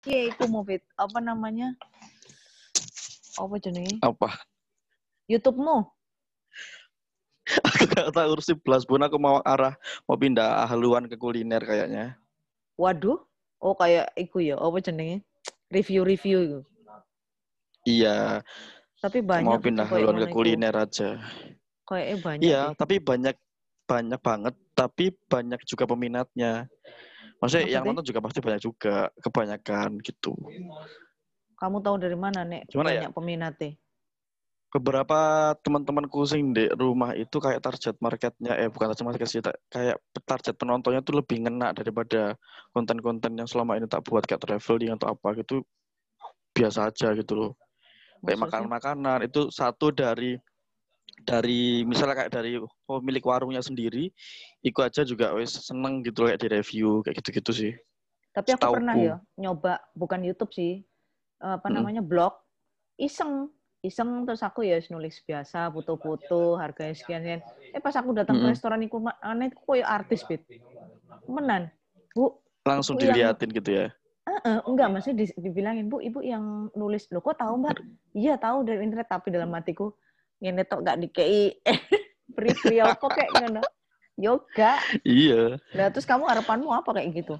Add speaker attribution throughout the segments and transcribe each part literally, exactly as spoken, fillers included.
Speaker 1: Iya, iku mau fit. Apa namanya? Apa jenenge?
Speaker 2: Apa?
Speaker 1: YouTube-mu.
Speaker 2: Aku gak tahu urus belas pun aku mau arah mau pindah haluan ke kuliner kayaknya.
Speaker 1: Waduh. Oh, kayak iku ya. Apa jenenge? Review-review itu.
Speaker 2: Iya,
Speaker 1: Tapi
Speaker 2: mau
Speaker 1: banyak
Speaker 2: pindah
Speaker 1: itu kayak
Speaker 2: haluan ke
Speaker 1: ngono iku.
Speaker 2: kuliner aja.
Speaker 1: Kayaknya banyak
Speaker 2: Iya,
Speaker 1: deh.
Speaker 2: tapi banyak banyak banget, tapi banyak juga peminatnya. Maksudnya yang
Speaker 1: Maksudnya,
Speaker 2: nonton juga pasti banyak juga, kebanyakan gitu.
Speaker 1: kamu tahu dari mana, Nek?
Speaker 2: Gimana ya?
Speaker 1: Banyak peminatnya.
Speaker 2: Beberapa teman-temanku sing di rumah itu kayak target marketnya, eh bukan target market sih, kayak target penontonnya tuh lebih ngena daripada konten-konten yang selama ini tak buat kayak traveling atau apa gitu, biasa aja gitu loh. Kayak
Speaker 1: Maksud sih?
Speaker 2: makanan-makanan itu satu dari dari misalnya kayak dari pemilik warungnya sendiri, ikut aja juga wes seneng gitu loh, kayak di review kayak gitu-gitu sih.
Speaker 1: Tapi aku pernah
Speaker 2: Setauku.
Speaker 1: ya nyoba, bukan YouTube sih, apa
Speaker 2: Mm.
Speaker 1: namanya, blog. Iseng. Iseng terus aku ya nulis biasa, foto-foto, harganya sekian-sekian. Eh pas aku datang ke
Speaker 2: Mm-mm.
Speaker 1: restoran iku, aneh kok ya artis, Bit. Menan. Bu,
Speaker 2: Langsung
Speaker 1: ibu yang
Speaker 2: diliatin gitu ya.
Speaker 1: eh, enggak, maksudnya dibilangin, Bu, ibu yang nulis. Loh, kok tahu, Mbak? Iya, tahu dari internet, tapi dalam hatiku ngene tok gak dikei free-free apa kayak ngono. Yoga.
Speaker 2: Iya.
Speaker 1: Lah terus kamu harapanmu apa kayak gitu?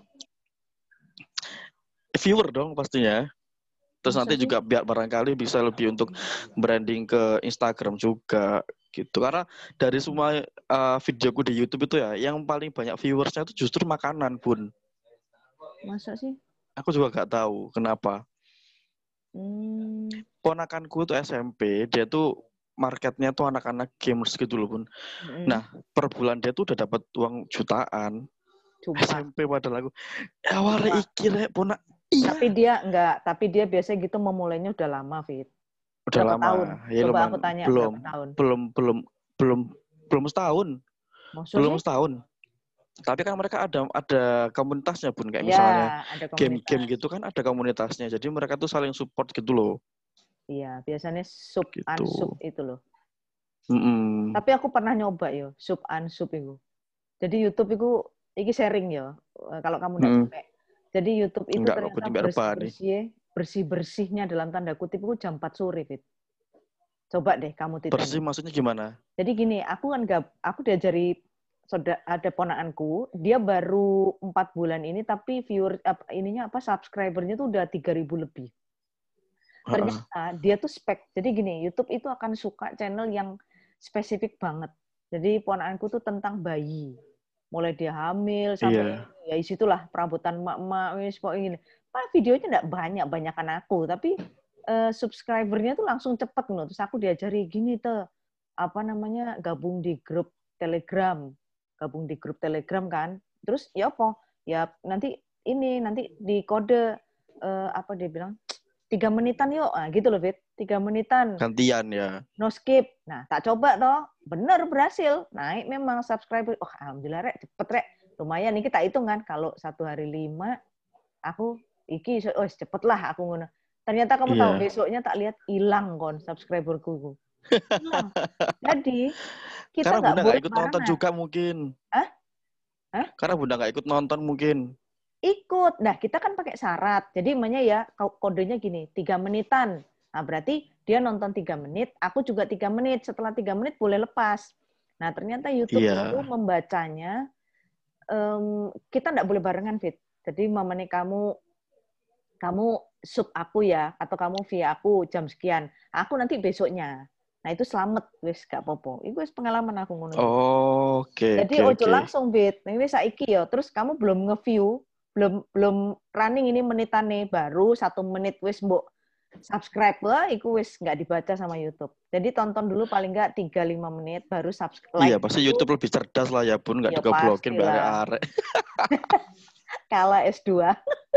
Speaker 2: Viewer dong pastinya. Terus
Speaker 1: Masa
Speaker 2: nanti
Speaker 1: sih?
Speaker 2: juga biar barangkali bisa lebih untuk branding ke Instagram juga gitu. Karena dari semua uh, videoku di YouTube itu ya, yang paling banyak viewersnya itu justru makanan, Bun.
Speaker 1: Masa sih?
Speaker 2: Aku juga gak tahu kenapa.
Speaker 1: Hmm.
Speaker 2: Ponakanku tuh S M P, dia tuh marketnya tuh anak-anak gamers gitu loh, Bun.
Speaker 1: Mm-mm.
Speaker 2: Nah, per bulan dia tuh udah dapat uang jutaan.
Speaker 1: Sumpah.
Speaker 2: S M P padahal aku, ya ware
Speaker 1: Sumpah.
Speaker 2: iki rek, ponak. Iya,
Speaker 1: Tapi dia enggak, tapi dia biasanya gitu memulainya udah lama, Fit.
Speaker 2: udah
Speaker 1: Berapa
Speaker 2: lama.
Speaker 1: tahun?
Speaker 2: Ya
Speaker 1: Coba aku
Speaker 2: lumayan,
Speaker 1: tanya berapa
Speaker 2: belum,
Speaker 1: tahun?
Speaker 2: belum, belum, belum, belum setahun.
Speaker 1: Maksud
Speaker 2: Belum
Speaker 1: sih?
Speaker 2: setahun. Tapi kan mereka ada ada komunitasnya, Bun, kayak
Speaker 1: Ya,
Speaker 2: misalnya
Speaker 1: ada
Speaker 2: game-game
Speaker 1: komunitas.
Speaker 2: gitu kan ada komunitasnya. Jadi mereka tuh saling support gitu loh.
Speaker 1: Iya, biasanya sub
Speaker 2: Gitu.
Speaker 1: unsub itu loh.
Speaker 2: Mm-mm.
Speaker 1: Tapi aku pernah nyoba yo, sub unsub itu. Jadi YouTube itu iki sharing ya. Kalau kamu enggak
Speaker 2: Mm.
Speaker 1: capek. Jadi YouTube itu
Speaker 2: Enggak kok, aku
Speaker 1: ternyata
Speaker 2: timbak rebahan nih.
Speaker 1: bersih-bersih, bersih-bersihnya dalam tanda kutip itu jam empat sore, Fit. Coba deh kamu
Speaker 2: Bersih
Speaker 1: titeni.
Speaker 2: maksudnya gimana?
Speaker 1: Jadi gini, aku kan gak, aku diajari soda, ada ponakanku, dia baru empat bulan ini, tapi viewer apa, ininya apa subscribernya tuh udah tiga ribu lebih.
Speaker 2: Uh-uh.
Speaker 1: Ternyata dia tuh spek. Jadi gini, YouTube itu akan suka channel yang spesifik banget. Jadi ponakanku tuh tentang bayi. Mulai dia hamil sampai
Speaker 2: Iya.
Speaker 1: ya isitulah perabotan emak-emak wis kok ini. Pak videonya enggak banyak-banyakan aku, tapi uh, subscribernya tuh langsung cepet loh. Terus aku diajari gini tuh, apa namanya, gabung di grup Telegram. Gabung di grup Telegram kan. Terus ya apa? Ya nanti ini nanti di kode uh, apa dia bilang? Tiga menitan yuk, nah, gitu loh, Fit. Tiga menitan,
Speaker 2: Gantian ya.
Speaker 1: no skip. Nah, tak coba toh, bener berhasil. Naik memang subscriber. Oh, alhamdulillah, Rek. Cepet, Rek. Lumayan, ini kita hitung kan. Kalau satu hari lima, aku, iki, oh, cepet lah aku ngono. Ternyata kamu tahu,
Speaker 2: Iya.
Speaker 1: besoknya tak lihat hilang kon subscriberku. Hilang. Jadi, kita
Speaker 2: Karena
Speaker 1: nggak
Speaker 2: Bunda nggak
Speaker 1: boleh
Speaker 2: ikut nonton
Speaker 1: barengan.
Speaker 2: juga mungkin.
Speaker 1: Hah? Hah?
Speaker 2: Karena Bunda nggak ikut nonton mungkin.
Speaker 1: Ikut. Nah, kita kan pakai syarat. Jadi, namanya ya, kodenya gini, tiga menitan. Nah, berarti dia nonton tiga menit, aku juga tiga menit. Setelah tiga menit boleh lepas. Nah, ternyata YouTube itu
Speaker 2: Iya.
Speaker 1: membacanya, um, kita nggak boleh barengan, Fit. Jadi, mamanya kamu, kamu sub aku ya, atau kamu via aku jam sekian. Aku nanti besoknya. Nah, itu selamat, wis gak apa-apa. Itu wis pengalaman aku ngono.
Speaker 2: Oh, oke,
Speaker 1: Jadi
Speaker 2: oke,
Speaker 1: ojo
Speaker 2: oke.
Speaker 1: langsung, Bit. Nah, ini saiki ya. Terus kamu belum nge-view, belum belum running ini menitane, baru satu menit wis mbok subscribe. Wah, itu wis nggak dibaca sama YouTube. Jadi tonton dulu paling nggak tiga sampai lima menit, baru subscribe.
Speaker 2: Iya,
Speaker 1: Like
Speaker 2: pasti
Speaker 1: dulu.
Speaker 2: YouTube lebih cerdas lah ya, Bun. Nggak
Speaker 1: Ya
Speaker 2: digoblokin mbak
Speaker 1: pastilah.
Speaker 2: arek.
Speaker 1: Kalah S dua.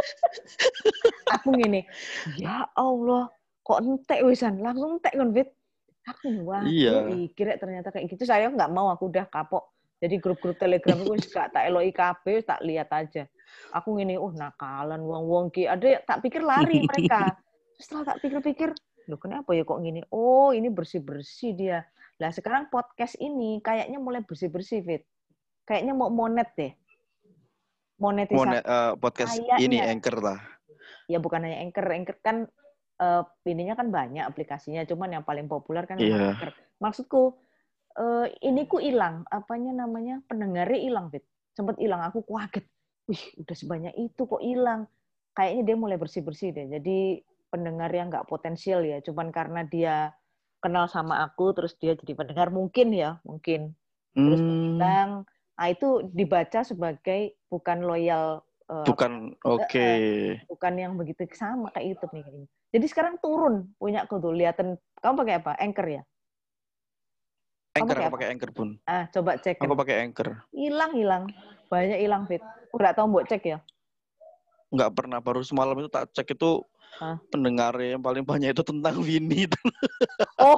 Speaker 1: Aku gini, ya Allah, kok entek wisan. Langsung entek kan, Bit. Aku waduh,
Speaker 2: Iya.
Speaker 1: kira ternyata kayak gitu. Saya nggak mau, aku udah kapok. Jadi grup-grup Telegram itu gak tak eloi kabeh, tak lihat aja. Aku ngene, oh nakalan wong-wong ki. Ada tak pikir lari mereka. Setelah tak pikir-pikir, loh kenapa ya kok gini? Oh, ini bersih-bersih dia. Lah sekarang podcast ini kayaknya mulai bersih-bersih, Fit. Kayaknya mau monet deh.
Speaker 2: Monet
Speaker 1: Monetisasi.
Speaker 2: uh, podcast ini
Speaker 1: Kayaknya.
Speaker 2: Anchor lah.
Speaker 1: Ya bukan hanya Anchor, Anchor kan uh, ininya kan banyak aplikasinya, cuman yang paling populer kan memang
Speaker 2: Iya.
Speaker 1: Anchor. Maksudku uh, ini ku hilang, apanya namanya pendengarnya hilang, Fit. Sempat hilang, aku kaget. Wih, udah sebanyak itu kok hilang. Kayaknya dia mulai bersih-bersih deh. Jadi pendengar yang nggak potensial ya, cuman karena dia kenal sama aku, terus dia jadi pendengar mungkin ya, mungkin. Terus
Speaker 2: Hmm,
Speaker 1: bilang, nah itu dibaca sebagai bukan loyal, uh,
Speaker 2: bukan oke. Okay.
Speaker 1: bukan yang begitu sama kayak YouTube nih. Jadi sekarang turun punya aku tuh, liatin. Kamu pakai apa? Anchor ya? Kamu
Speaker 2: Anchor
Speaker 1: pakai
Speaker 2: aku
Speaker 1: apa?
Speaker 2: pakai Anchor pun.
Speaker 1: Ah, coba
Speaker 2: Aku
Speaker 1: cekin.
Speaker 2: pakai Anchor.
Speaker 1: Hilang, hilang. Banyak hilang, Fit. Udah tau mbok cek ya?
Speaker 2: Nggak pernah, baru semalam itu tak cek itu
Speaker 1: Hah?
Speaker 2: pendengar yang paling banyak itu tentang Winnie.
Speaker 1: Oh,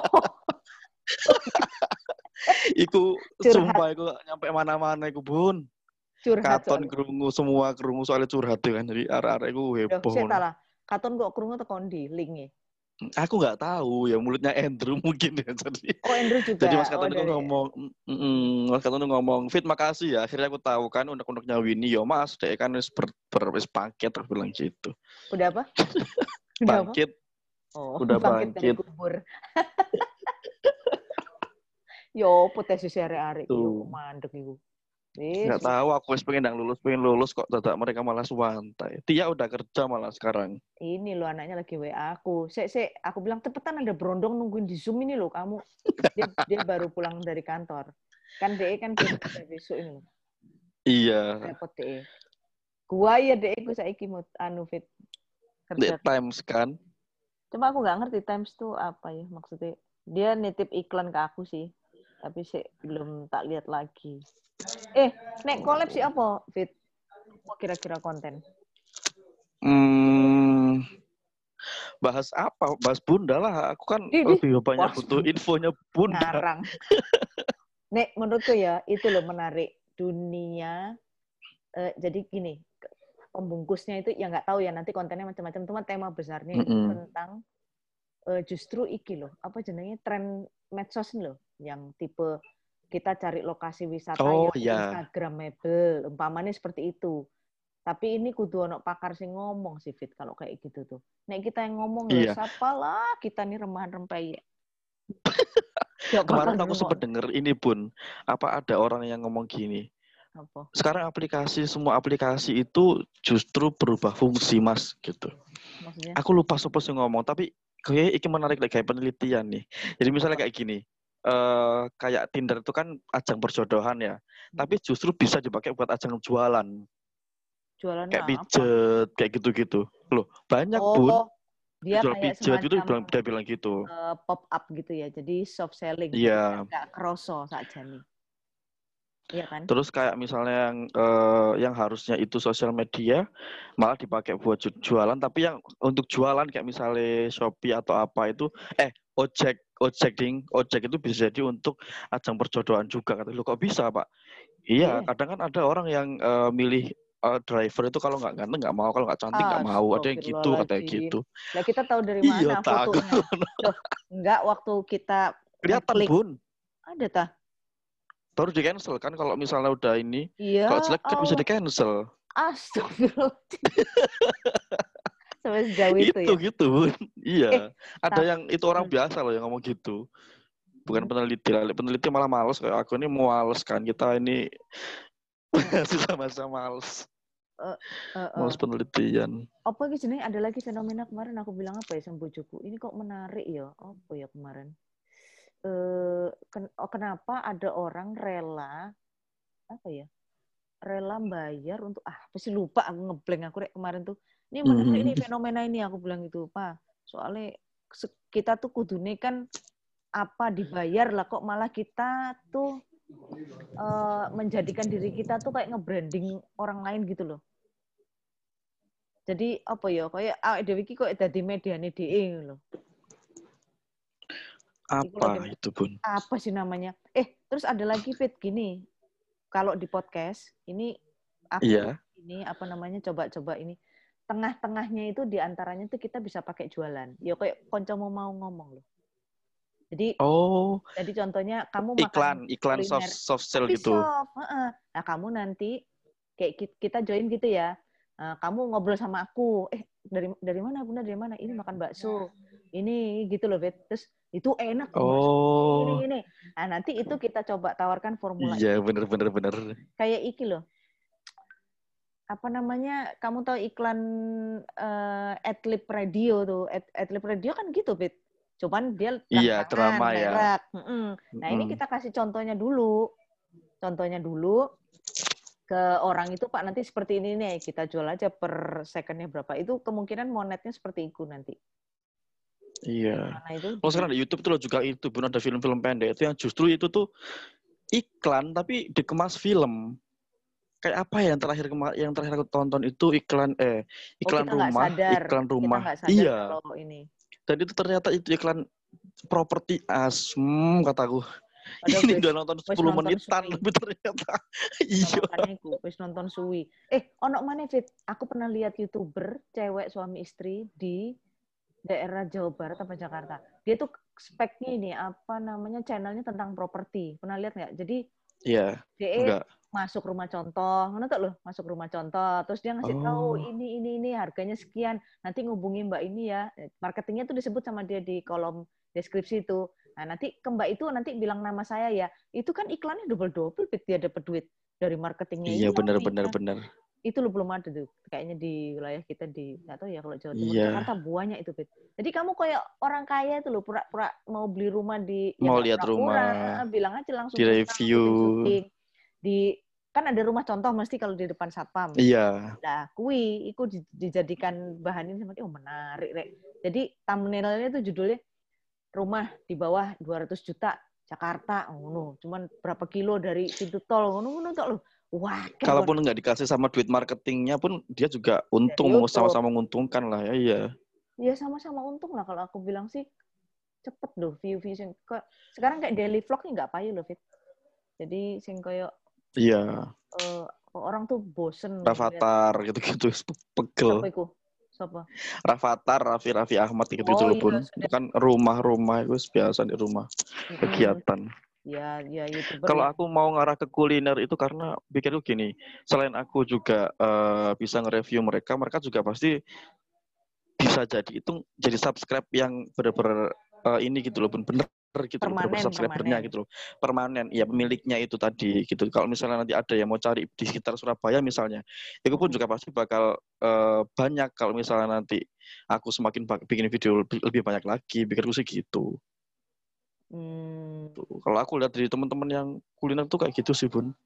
Speaker 2: Iku
Speaker 1: curhat.
Speaker 2: sumpah iku nyampe mana-mana iku Bun.
Speaker 1: Curhat
Speaker 2: Katon
Speaker 1: soalnya.
Speaker 2: kerungu semua kerungu soalnya curhat tuh kan. Jadi arek-arek iku
Speaker 1: Loh,
Speaker 2: heboh.
Speaker 1: saya salah. Katon kok krungu tekan di linknya.
Speaker 2: Aku nggak tahu ya mulutnya Andrew mungkin ya. Jadi
Speaker 1: Oh, Andrew
Speaker 2: jadi Mas
Speaker 1: juga. Oh,
Speaker 2: Katon itu
Speaker 1: dari
Speaker 2: ngomong, mm, Mas Katon itu ngomong, Fit makasih ya. Akhirnya aku tahu kan unek-uneknya Winnie yo Mas, dia kan wis ber, ber wis paket aku bilang gitu.
Speaker 1: udah apa? Udah apa?
Speaker 2: Bangkit,
Speaker 1: Oh,
Speaker 2: udah
Speaker 1: bangkit dari
Speaker 2: bangkit
Speaker 1: kubur. Yo, potensi arek-arek iki yo
Speaker 2: tuh.
Speaker 1: kok mandek iku. Wis,
Speaker 2: Nggak tahu aku wis pengen yang lulus, pengen lulus kok dadak mereka malah suwantai. Dia udah kerja malah sekarang.
Speaker 1: ini lo anaknya lagi W A aku. Sek, sek, aku bilang cepetan ada berondong nungguin di Zoom ini lo kamu. Dia, dia baru pulang dari kantor. Kan D E kan pilkada besok ini loh.
Speaker 2: Iya.
Speaker 1: Repot D E. Gua ya D E gue saiki mau anu Fit
Speaker 2: Di
Speaker 1: kerja.
Speaker 2: Times kan.
Speaker 1: Cuma aku nggak ngerti Times tuh apa ya maksudnya. Dia nitip iklan ke aku sih. Tapi sih belum tak lihat lagi. Eh, nek collab sih apa Fit? Apa kira-kira konten?
Speaker 2: Hmm, bahas apa? Bahas Bunda lah. Aku kan
Speaker 1: Di, di.
Speaker 2: lebih banyak
Speaker 1: Wah,
Speaker 2: butuh infonya Bunda.
Speaker 1: ngarang. Nek, menurutku ya, itu loh menarik dunia. Eh, jadi gini, pembungkusnya itu ya nggak tahu ya nanti kontennya macam-macam. Cuma tema besarnya itu
Speaker 2: Mm-mm.
Speaker 1: tentang eh, justru iki loh, apa jenenge tren medsos loh, yang tipe kita cari lokasi wisata
Speaker 2: Oh
Speaker 1: yang
Speaker 2: ya,
Speaker 1: Instagramable, umpamanya seperti itu. Tapi ini kudu ono pakar sing ngomong sih Fit kalau kayak gitu tuh. Nek kita yang ngomong loh,
Speaker 2: iya.
Speaker 1: sapalah kita nih remahan rempeyek. Gak bakal
Speaker 2: Kemarin aku sempat
Speaker 1: ngerungok.
Speaker 2: denger ini Bun. Apa ada orang yang ngomong gini.
Speaker 1: Apa?
Speaker 2: Sekarang aplikasi semua aplikasi itu justru berubah fungsi Mas gitu.
Speaker 1: Maksudnya?
Speaker 2: Aku lupa siapa sih ngomong, tapi kayak ini menarik kayak penelitian nih. Jadi misalnya
Speaker 1: Apa?
Speaker 2: kayak gini. Eh kayak Tinder itu kan ajang perjodohan ya. Tapi justru bisa dipakai buat ajang jualan.
Speaker 1: Jualannya
Speaker 2: Kayak
Speaker 1: apa?
Speaker 2: pijet, kayak gitu-gitu. Loh, banyak Bun.
Speaker 1: Oh, dia
Speaker 2: Jual
Speaker 1: kayak
Speaker 2: pijet itu
Speaker 1: semacam
Speaker 2: bilang, dia bilang gitu.
Speaker 1: uh, pop up gitu ya. Jadi soft selling. Jadi kan
Speaker 2: Iya.
Speaker 1: nggak kroso saja nih. Iya kan?
Speaker 2: Terus kayak misalnya yang eh, yang harusnya itu sosial media malah dipakai buat ju- jualan, tapi yang untuk jualan kayak misalnya Shopee atau apa itu eh ojek ojek ding ojek itu bisa jadi untuk ajang perjodohan juga kata lu kok bisa Pak? Iya,
Speaker 1: Iya.
Speaker 2: kadang kan ada orang yang eh, milih eh, driver itu kalau nggak ganteng nggak mau, kalau nggak cantik nggak mau, ada yang gitu katanya
Speaker 1: Astagfirullahaladzim.
Speaker 2: gitu.
Speaker 1: Lah kita tahu dari
Speaker 2: Iya
Speaker 1: mana
Speaker 2: takut.
Speaker 1: fotonya? Loh, enggak waktu kita
Speaker 2: Kelihatan
Speaker 1: ngeklik.
Speaker 2: Bun.
Speaker 1: Ada tah?
Speaker 2: Baru di cancel kan kalau misalnya udah ini. Kalau
Speaker 1: Iya,
Speaker 2: jelek kan bisa
Speaker 1: Allah.
Speaker 2: di cancel.
Speaker 1: Astagfirullahaladzim. Sampai sejauh itu
Speaker 2: Itu
Speaker 1: ya.
Speaker 2: gitu Bun.
Speaker 1: Eh,
Speaker 2: Iya. Ada
Speaker 1: tapi
Speaker 2: yang itu orang biasa loh yang ngomong gitu. Bukan
Speaker 1: Hmm,
Speaker 2: peneliti lah. Peneliti malah males kayak aku ini mau males kan. Kita ini
Speaker 1: hmm,
Speaker 2: sama-sama males.
Speaker 1: eh, eh, eh.
Speaker 2: Males penelitian.
Speaker 1: Apa gitu nih? Ada lagi fenomena kemarin aku bilang apa ya sama bojoku? Ini kok menarik ya? Apa ya kemarin? Eh, ken- oh, kenapa ada orang rela apa ya? Rela bayar untuk ah apa sih lupa aku ngeblank aku rek kemarin tuh. Ini menarik nih
Speaker 2: Mhm.
Speaker 1: fenomena ini aku bilang itu, Pak. Soalnya se- kita tuh kudune kan apa dibayar lah kok malah kita tuh eh, menjadikan diri kita tuh kayak nge-branding orang lain gitu loh. Jadi apa ya kayak awake dhewe iki kok dadi mediane dhewe ngono lho. Iku lagi
Speaker 2: Apa itu Bun?
Speaker 1: apa sih namanya? Eh, terus ada lagi Fit gini. Kalau di podcast ini aku
Speaker 2: Iya.
Speaker 1: ini apa namanya coba-coba ini tengah-tengahnya itu diantaranya tuh kita bisa pakai jualan. Ya kayak koncomu mau ngomong loh. Jadi
Speaker 2: Oh,
Speaker 1: jadi contohnya kamu makan
Speaker 2: iklan, iklan soft
Speaker 1: kuliner
Speaker 2: soft sell
Speaker 1: tapi
Speaker 2: gitu.
Speaker 1: soft, heeh. Nah kamu nanti kayak kita join gitu ya. Uh, kamu ngobrol sama aku, eh dari dari mana Bunda, dari mana? Ini makan bakso, ini gitu loh, Bet. Terus itu enak loh, bakso
Speaker 2: Oh.
Speaker 1: ini ini. Nah nanti itu kita coba tawarkan formula.
Speaker 2: Iya bener bener bener.
Speaker 1: Kayak iki loh, apa namanya? Kamu tahu iklan uh, Adlib Radio tuh, Ad, Adlib Radio kan gitu, Bet. Cuman dia
Speaker 2: iya
Speaker 1: drama
Speaker 2: ya.
Speaker 1: Hmm. Nah ini kita kasih contohnya dulu, contohnya dulu. Ke orang itu Pak nanti seperti ini nih, kita jual aja per secondnya berapa, itu kemungkinan monetnya seperti itu nanti.
Speaker 2: Iya. Kalau oh, sekarang di YouTube tuh lo juga itu pun ada film-film pendek itu yang justru itu tuh iklan tapi dikemas film. Kayak apa ya yang terakhir yang terakhir aku tonton itu iklan eh iklan
Speaker 1: oh,
Speaker 2: rumah,
Speaker 1: sadar.
Speaker 2: iklan rumah.
Speaker 1: Kita sadar
Speaker 2: iya.
Speaker 1: Kalau ini.
Speaker 2: Dan itu ternyata itu iklan properti asem kataku. Padahal ini udah nonton sepuluh menitan tapi ternyata iya.
Speaker 1: Wis nonton suwi. Eh, ono mana Fit? Aku pernah lihat YouTuber cewek suami istri di daerah Jawa Barat apa Jakarta. Dia tuh speknya ini apa namanya channelnya tentang properti. Pernah lihat nggak? Jadi
Speaker 2: iya.
Speaker 1: dia
Speaker 2: enggak.
Speaker 1: masuk rumah contoh, mana tuh loh masuk rumah contoh, terus dia ngasih oh. tahu ini ini ini harganya sekian, nanti ngubungi Mbak ini ya. Marketingnya tuh disebut sama dia di kolom deskripsi itu. Nah, nanti ke Mbak itu nanti bilang nama saya ya. Itu kan iklannya double-double dia dapat duit dari marketingnya.
Speaker 2: Iya, benar benar benar.
Speaker 1: Itu lo belum ada tuh. Kayaknya di wilayah kita di enggak tahu ya kalau Jawa Timur,
Speaker 2: iya.
Speaker 1: Jakarta banyak itu, Bet. Jadi kamu kayak orang kaya itu lo pura-pura mau beli rumah di
Speaker 2: mau ya, lihat rumah.
Speaker 1: Pura, bilang aja langsung
Speaker 2: di review.
Speaker 1: Syuting, di kan ada rumah contoh mesti kalau di depan satpam.
Speaker 2: Iya.
Speaker 1: Nah, kui itu dijadikan bahan ini sama oh menarik, Rek. Jadi thumbnail-nya tuh judulnya rumah di bawah dua ratus juta Jakarta, oh no, cuman berapa kilo dari pintu tol, oh no, no, no, wah.
Speaker 2: Kalaupun nggak dikasih sama duit marketingnya pun dia juga untung, mau sama-sama menguntungkan lah ya, iya.
Speaker 1: Iya sama-sama untung lah kalau aku bilang sih, cepet loh view-view. Sekarang kayak daily vlog nih nggak payu loh, Fit. Jadi sing kayak
Speaker 2: iya.
Speaker 1: Uh, orang tuh bosen.
Speaker 2: Rafathar gitu-gitu, pegel.
Speaker 1: Siapa itu? Siapa?
Speaker 2: Rafathar, Raffi Raffi Ahmad gitu-gitu oh, loh pun. Iya, itu kan rumah-rumah itu biasa di rumah hmm. kegiatan.
Speaker 1: Ya, ya YouTuber.
Speaker 2: Kalau
Speaker 1: ya.
Speaker 2: aku mau ngarah ke kuliner itu karena pikirku gini, selain aku juga uh, bisa nge-review mereka, mereka juga pasti bisa jadi itu jadi subscribe yang benar-benar uh, ini gitu loh, benar gitu loh, subscribernya gitu loh, permanen, ya pemiliknya itu tadi gitu. Kalau misalnya nanti ada yang mau cari di sekitar Surabaya misalnya, itu pun juga pasti bakal uh, banyak kalau misalnya nanti aku semakin bikin video lebih, lebih banyak lagi, pikirku sih gitu. Hmm. Tuh, kalau aku lihat dari teman-teman yang kuliner tuh kayak gitu sih, Bun.